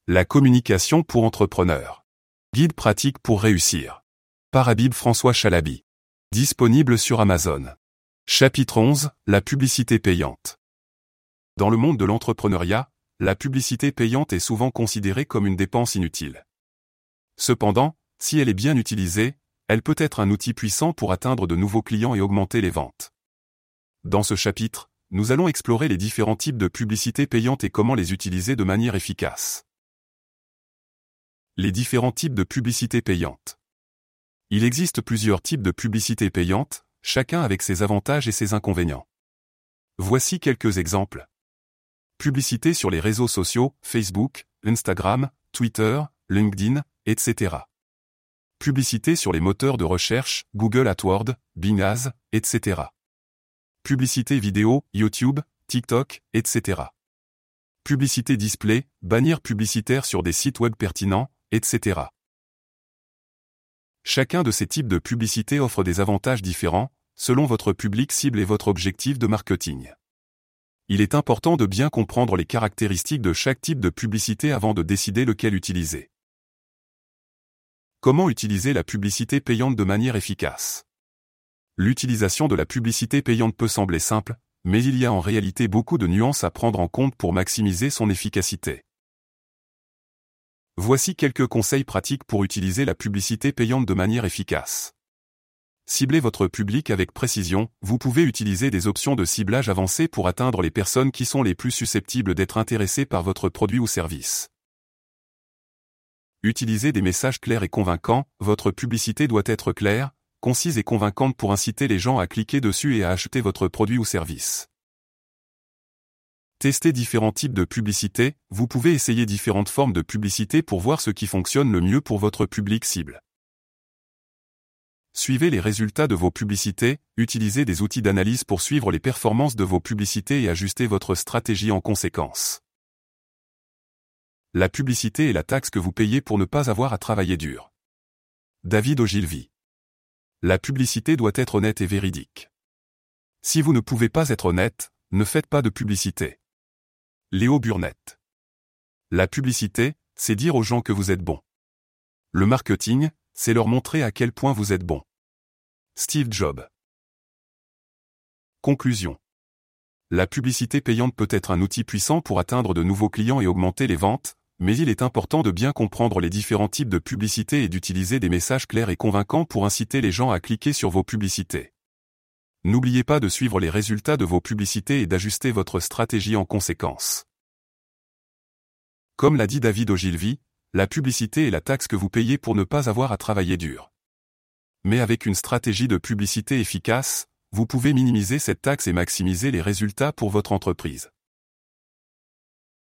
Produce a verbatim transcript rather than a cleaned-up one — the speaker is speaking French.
La communication pour entrepreneurs. Guide pratique pour réussir. Par Habib François Chalabi. Disponible sur Amazon. Chapitre onze. La publicité payante. Dans le monde de l'entrepreneuriat, la publicité payante est souvent considérée comme une dépense inutile. Cependant, si elle est bien utilisée, elle peut être un outil puissant pour atteindre de nouveaux clients et augmenter les ventes. Dans ce chapitre, nous allons explorer les différents types de publicité payante et comment les utiliser de manière efficace. Les différents types de publicité payante. Il existe plusieurs types de publicité payante, chacun avec ses avantages et ses inconvénients. Voici quelques exemples. Publicité sur les réseaux sociaux, Facebook, Instagram, Twitter, LinkedIn, et cetera. Publicité sur les moteurs de recherche, Google AdWords, Bing Ads, et cetera. Publicité vidéo, YouTube, TikTok, et cetera. Publicité display, bannières publicitaires sur des sites web pertinents, et cetera. Chacun de ces types de publicité offre des avantages différents, selon votre public cible et votre objectif de marketing. Il est important de bien comprendre les caractéristiques de chaque type de publicité avant de décider lequel utiliser. Comment utiliser la publicité payante de manière efficace? L'utilisation de la publicité payante peut sembler simple, mais il y a en réalité beaucoup de nuances à prendre en compte pour maximiser son efficacité. Voici quelques conseils pratiques pour utiliser la publicité payante de manière efficace. Ciblez votre public avec précision. Vous pouvez utiliser des options de ciblage avancées pour atteindre les personnes qui sont les plus susceptibles d'être intéressées par votre produit ou service. Utilisez des messages clairs et convaincants. Votre publicité doit être claire, concise et convaincante pour inciter les gens à cliquer dessus et à acheter votre produit ou service. Testez différents types de publicité. Vous pouvez essayer différentes formes de publicité pour voir ce qui fonctionne le mieux pour votre public cible. Suivez les résultats de vos publicités. Utilisez des outils d'analyse pour suivre les performances de vos publicités et ajuster votre stratégie en conséquence. La publicité est la taxe que vous payez pour ne pas avoir à travailler dur. David Ogilvy. La publicité doit être honnête et véridique. Si vous ne pouvez pas être honnête, ne faites pas de publicité. Léo Burnett. La publicité, c'est dire aux gens que vous êtes bon. Le marketing, c'est leur montrer à quel point vous êtes bon. Steve Jobs. Conclusion. La publicité payante peut être un outil puissant pour atteindre de nouveaux clients et augmenter les ventes, mais il est important de bien comprendre les différents types de publicité et d'utiliser des messages clairs et convaincants pour inciter les gens à cliquer sur vos publicités. N'oubliez pas de suivre les résultats de vos publicités et d'ajuster votre stratégie en conséquence. Comme l'a dit David Ogilvy, la publicité est la taxe que vous payez pour ne pas avoir à travailler dur. Mais avec une stratégie de publicité efficace, vous pouvez minimiser cette taxe et maximiser les résultats pour votre entreprise.